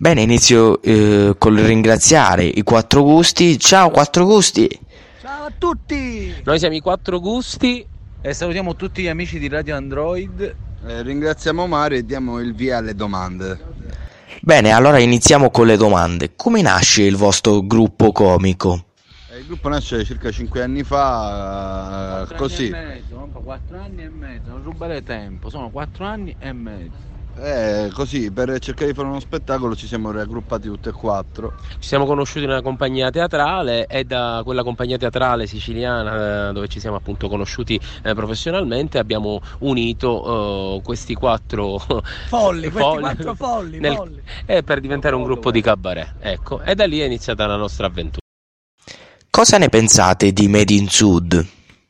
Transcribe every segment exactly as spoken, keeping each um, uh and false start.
Bene, inizio eh, col ringraziare i Quattro Gusti. Ciao Quattro Gusti! Ciao a tutti! Noi siamo i Quattro Gusti e salutiamo tutti gli amici di Radio Android. Eh, ringraziamo Mario e diamo il via alle domande. Bene, allora iniziamo con le domande. Come nasce il vostro gruppo comico? Eh, il gruppo nasce circa cinque anni fa, quattro così. Anni e mezzo, non quattro anni e mezzo, non rubare tempo, sono quattro anni e mezzo. Eh, così, per cercare di fare uno spettacolo ci siamo raggruppati tutti e quattro. Ci siamo conosciuti in una compagnia teatrale e da quella compagnia teatrale siciliana, dove ci siamo appunto conosciuti eh, professionalmente, abbiamo unito eh, questi quattro folli, questi quattro folli, nel, folli. Eh, per diventare un gruppo di cabaret, ecco, e da lì è iniziata la nostra avventura. Cosa ne pensate di Made in Sud?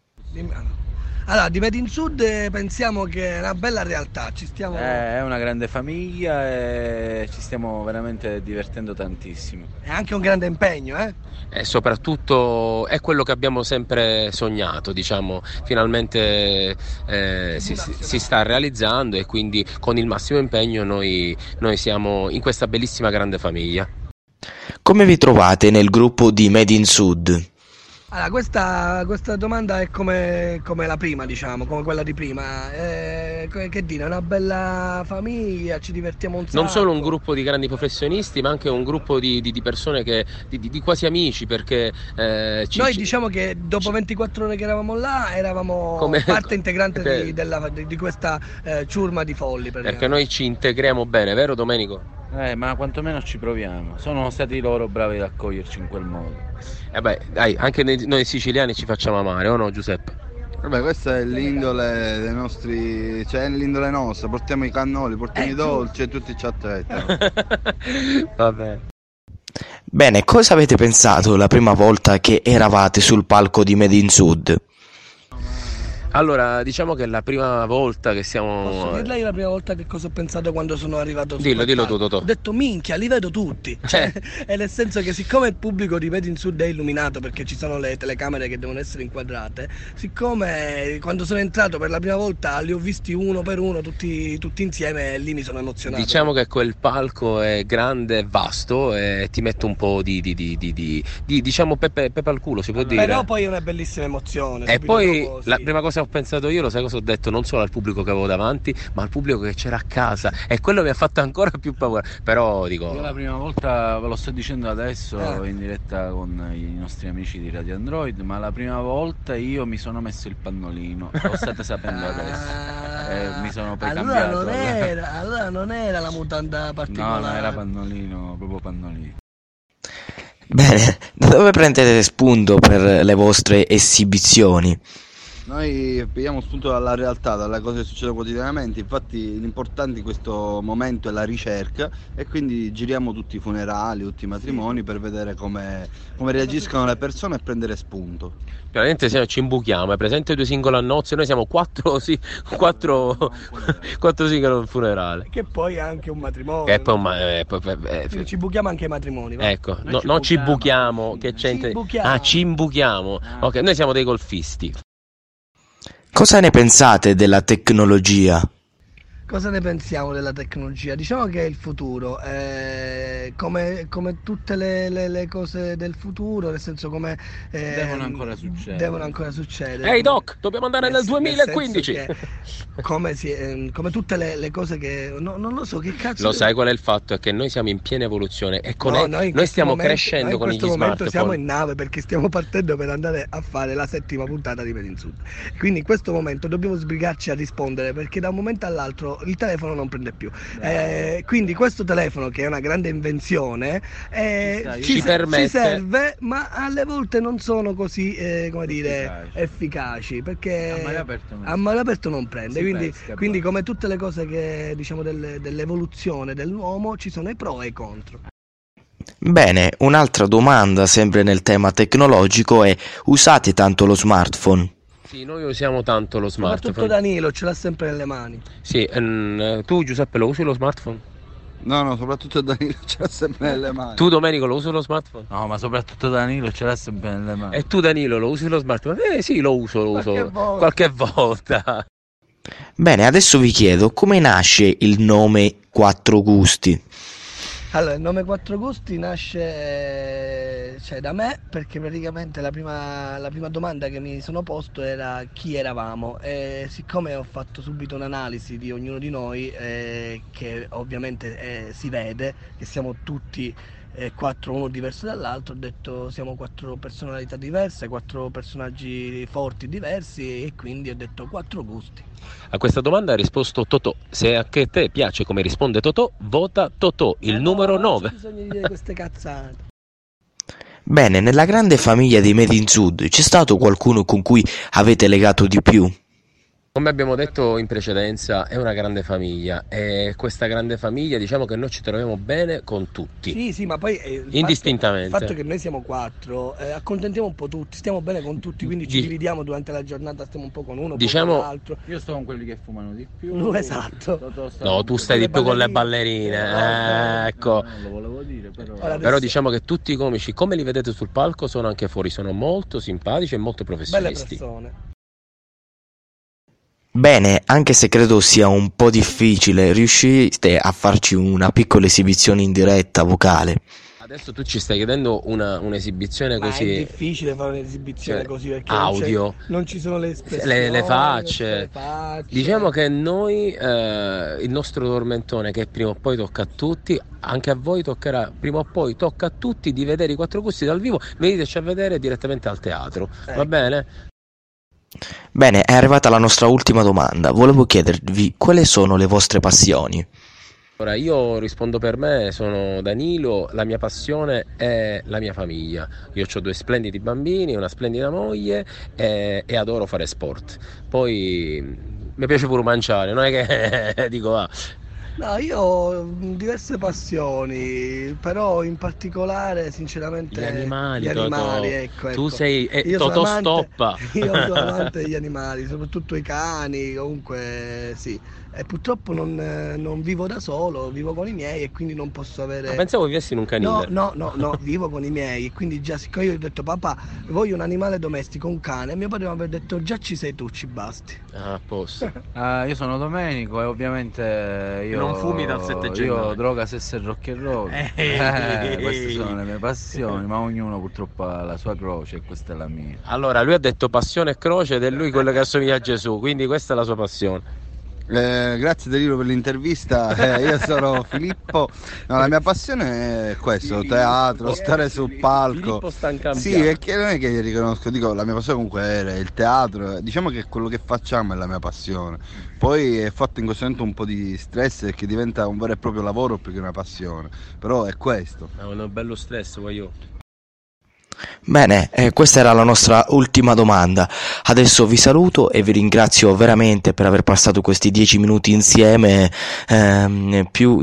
Allora, di Made in Sud pensiamo che è una bella realtà, ci stiamo... È una grande famiglia e ci stiamo veramente divertendo tantissimo. È anche un grande impegno, eh? E soprattutto è quello che abbiamo sempre sognato, diciamo, finalmente eh, si, si sta realizzando e quindi con il massimo impegno noi, noi siamo in questa bellissima grande famiglia. Come vi trovate nel gruppo di Made in Sud? Allora, questa, questa domanda è come, come la prima, diciamo, come quella di prima. Eh, che dire, è una bella famiglia, ci divertiamo un sacco. Non solo un gruppo di grandi professionisti, ma anche un gruppo di, di, di persone che di, di, di quasi amici, perché eh, ci, noi ci, diciamo che dopo ventiquattro ore che eravamo là eravamo come, parte integrante di, della, di, di questa eh, ciurma di folli. Perché noi ci integriamo bene, vero Domenico? Eh, ma quantomeno ci proviamo. Sono stati loro bravi ad accoglierci in quel modo. Eh beh, dai, anche noi, noi siciliani ci facciamo amare, o no Giuseppe? Vabbè, questa è l'indole dei nostri, cioè è l'indole nostra, portiamo i cannoli, portiamo eh, i dolci e tutti ci attrattano. Vabbè. Bene, cosa avete pensato la prima volta che eravate sul palco di Made in Sud? Allora, diciamo che è la prima volta che siamo... Posso dirle io la prima volta che cosa ho pensato quando sono arrivato? Dillo, dillo tu, Totò. Ho detto minchia, li vedo tutti. Cioè, è nel senso che siccome il pubblico di Made in Sud è illuminato perché ci sono le telecamere che devono essere inquadrate, siccome quando sono entrato per la prima volta li ho visti uno per uno, tutti, tutti insieme, e lì mi sono emozionato. Diciamo che quel palco è grande e vasto e ti mette un po' di, di, di, di, di, di diciamo pepe, pepe al culo, si può dire. Però poi è una bellissima emozione. E poi dopo, la sì. prima cosa ho pensato io, lo sai cosa ho detto? Non solo al pubblico che avevo davanti, ma al pubblico che c'era a casa, e quello mi ha fatto ancora più paura. Però dico, io la prima volta, ve lo sto dicendo adesso eh. in diretta con i nostri amici di Radio Android, ma la prima volta io mi sono messo il pannolino, lo state sapendo adesso, e mi sono poi allora cambiato. Non era, allora non era la mutanda particolare. No, no, era pannolino, proprio pannolino. Bene, da dove prendete spunto per le vostre esibizioni? Noi prendiamo spunto dalla realtà, dalle cose che succedono quotidianamente, infatti l'importante in questo momento è la ricerca e quindi giriamo tutti i funerali, tutti i matrimoni per vedere come, come reagiscono le persone e prendere spunto. Veramente se ci imbuchiamo, è presente due singole a nozze, noi siamo quattro, sì, quattro, quattro singole al funerale. Che poi è anche un matrimonio. E poi, ma, eh, poi eh, eh, ci buchiamo anche ai matrimoni. Va? Ecco, no, ci non ci buchiamo, che c'è ci in... Ah, ci imbuchiamo. Ah. Ok, noi siamo dei golfisti. Cosa ne pensate della tecnologia? Cosa ne pensiamo della tecnologia? Diciamo che è il futuro, eh, come, come tutte le, le, le cose del futuro, nel senso come... Eh, devono ancora succedere. Devono ancora succedere. Ehi Doc, dobbiamo andare nel, nel duemilaquindici! Nel come, si, eh, come tutte le, le cose che... No, non lo so, che cazzo... Lo sai qual è il fatto? È che noi siamo in piena evoluzione e con no, e- noi, noi stiamo momento, crescendo noi con gli smartphone. In questo momento siamo in nave perché stiamo partendo per andare a fare la settima puntata di Made in Sud. Quindi in questo momento dobbiamo sbrigarci a rispondere perché da un momento all'altro il telefono non prende più. Eh, quindi questo telefono, che è una grande invenzione, eh, ci, ci, permette... ci serve, ma alle volte non sono così eh, come dire efficaci, perché a mare aperto non, a mare aperto non prende. Quindi, pesca, quindi come tutte le cose che diciamo del, dell'evoluzione dell'uomo, ci sono i pro e i contro. Bene, un'altra domanda sempre nel tema tecnologico è: usate tanto lo smartphone? Sì, noi usiamo tanto lo smartphone. Soprattutto Danilo ce l'ha sempre nelle mani. Sì, ehm, tu Giuseppe lo usi lo smartphone? No, no, soprattutto Danilo ce l'ha sempre nelle mani. Tu Domenico lo usi lo smartphone? No, ma soprattutto Danilo ce l'ha sempre nelle mani. E tu Danilo lo usi lo smartphone? Eh sì, lo uso, lo qualche uso volta. qualche volta. Bene, adesso vi chiedo come nasce il nome Quattro Gusti. Allora, il nome Quattro Gusti nasce cioè, da me perché praticamente la prima, la prima domanda che mi sono posto era chi eravamo e siccome ho fatto subito un'analisi di ognuno di noi eh, che ovviamente eh, si vede che siamo tutti eh, quattro uno diverso dall'altro, ho detto siamo quattro personalità diverse, quattro personaggi forti diversi e quindi ho detto Quattro Gusti. A questa domanda ha risposto Totò. Se anche a te piace come risponde Totò, vota Totò, il Eh numero no, nove. Non c'è bisogno di dire queste cazzate. Bene, nella grande famiglia dei Made in Sud c'è stato qualcuno con cui avete legato di più? Come abbiamo detto in precedenza, è una grande famiglia e questa grande famiglia diciamo che noi ci troviamo bene con tutti. Sì, sì, ma poi eh, il Indistintamente. Fatto, il fatto che noi siamo quattro, eh, accontentiamo un po' tutti, stiamo bene con tutti, quindi ci Di- dividiamo durante la giornata, stiamo un po' con uno, un Diciamo- po' con l'altro. Io sto con quelli che fumano di più. No, esatto. Totò sta No, con tu quelli- stai di le più con le ballerine. ballerine, eh, ecco. No, non lo volevo dire, però. Ora adesso- Però diciamo che tutti i comici, come li vedete sul palco, sono anche fuori, sono molto simpatici e molto Belle professionisti. persone. Bene, anche se credo sia un po' difficile, riuscite a farci una piccola esibizione in diretta vocale? Adesso tu ci stai chiedendo una, un'esibizione Ma è così, difficile fare un'esibizione cioè, così perché audio. non, c'è- non ci sono le espressioni, Le- le non ci facce. sono le facce. Diciamo che noi, eh, il nostro tormentone che prima o poi tocca a tutti, anche a voi toccherà, prima o poi tocca a tutti di vedere i Quattro Gusti dal vivo, veniteci a vedere direttamente al teatro, va Ecco. bene? Bene, è arrivata la nostra ultima domanda. Volevo chiedervi quali sono le vostre passioni? Ora io rispondo per me, sono Danilo, la mia passione è la mia famiglia. Io ho due splendidi bambini, una splendida moglie e, e adoro fare sport. Poi mh, mi piace pure mangiare, non è che dico ah, No, io ho mm, diverse passioni, però in particolare sinceramente gli animali, gli Totò. animali, ecco, Tu ecco. sei eh, Io sono Totò amante- stoppa. Io sono amante degli animali, soprattutto i cani, comunque sì. E purtroppo non, eh, non vivo da solo, vivo con i miei e quindi non posso avere... Ma pensavo vivessi in un canile. No, no, no, no, vivo con i miei e quindi già siccome io ho detto papà voglio un animale domestico, un cane, e mio padre mi aveva detto già ci sei tu, ci basti. Ah, a posto. Ah, io sono Domenico e ovviamente io Non fumi dal sette gennaio. Io droga, sesso e rock and roll. Eh. Eh, queste sono le mie passioni, ma ognuno purtroppo ha la sua croce e questa è la mia. Allora, lui ha detto passione e croce ed è lui quello che assomiglia a Gesù, quindi questa è la sua passione. Eh, grazie Danilo per l'intervista. Eh, io sono Filippo. No, la mia passione è questo, Filippo, teatro, eh, stare sul palco. Filippo sta in cambiato. Sì, perché non è che riconosco, dico, la mia passione comunque era il teatro, diciamo che quello che facciamo è la mia passione. Poi è fatto in questo momento un po' di stress perché diventa un vero e proprio lavoro più che una passione, però è questo. È un bello stress, voglio. Bene, eh, questa era la nostra ultima domanda. Adesso vi saluto e vi ringrazio veramente per aver passato questi dieci minuti insieme, ehm, più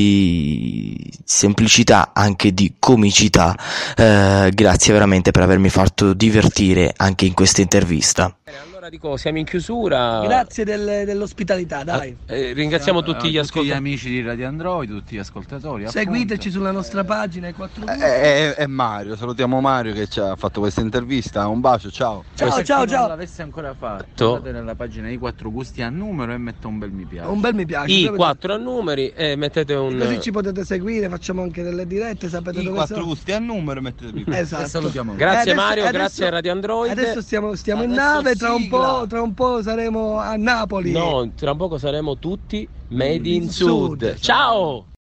di semplicità, anche di comicità. Eh, grazie veramente per avermi fatto divertire anche in questa intervista. Allora dico, siamo in chiusura. Grazie del- dell'ospitalità, dai. Eh, ringraziamo tutti gli tutti gli ascoltatori. amici di Radio Android, tutti gli ascoltatori. Seguiteci appunto. sulla nostra pagina i quattro E, e- e Mario, salutiamo Mario che ci ha fatto questa intervista. Un bacio, ciao. Ciao, Per ciao, chi non ciao. l'avesse ancora fatto, andate nella pagina i Quattro Gusti a numero e metta un bel mi piace. Un bel mi piace. I Sapete- quattro a numeri e mettete un... Così ci potete seguire, facciamo anche delle dirette, sapete I dove quattro sono. gusti a numero mettete qui. Esatto. E salutiamo. Grazie E adesso- Mario, adesso- grazie a Radio Android. Adesso stiamo, stiamo in Adesso nave, tra un, sigla. po', tra un po' saremo a Napoli. No, tra poco saremo tutti Made in Sud. Sud. Ciao!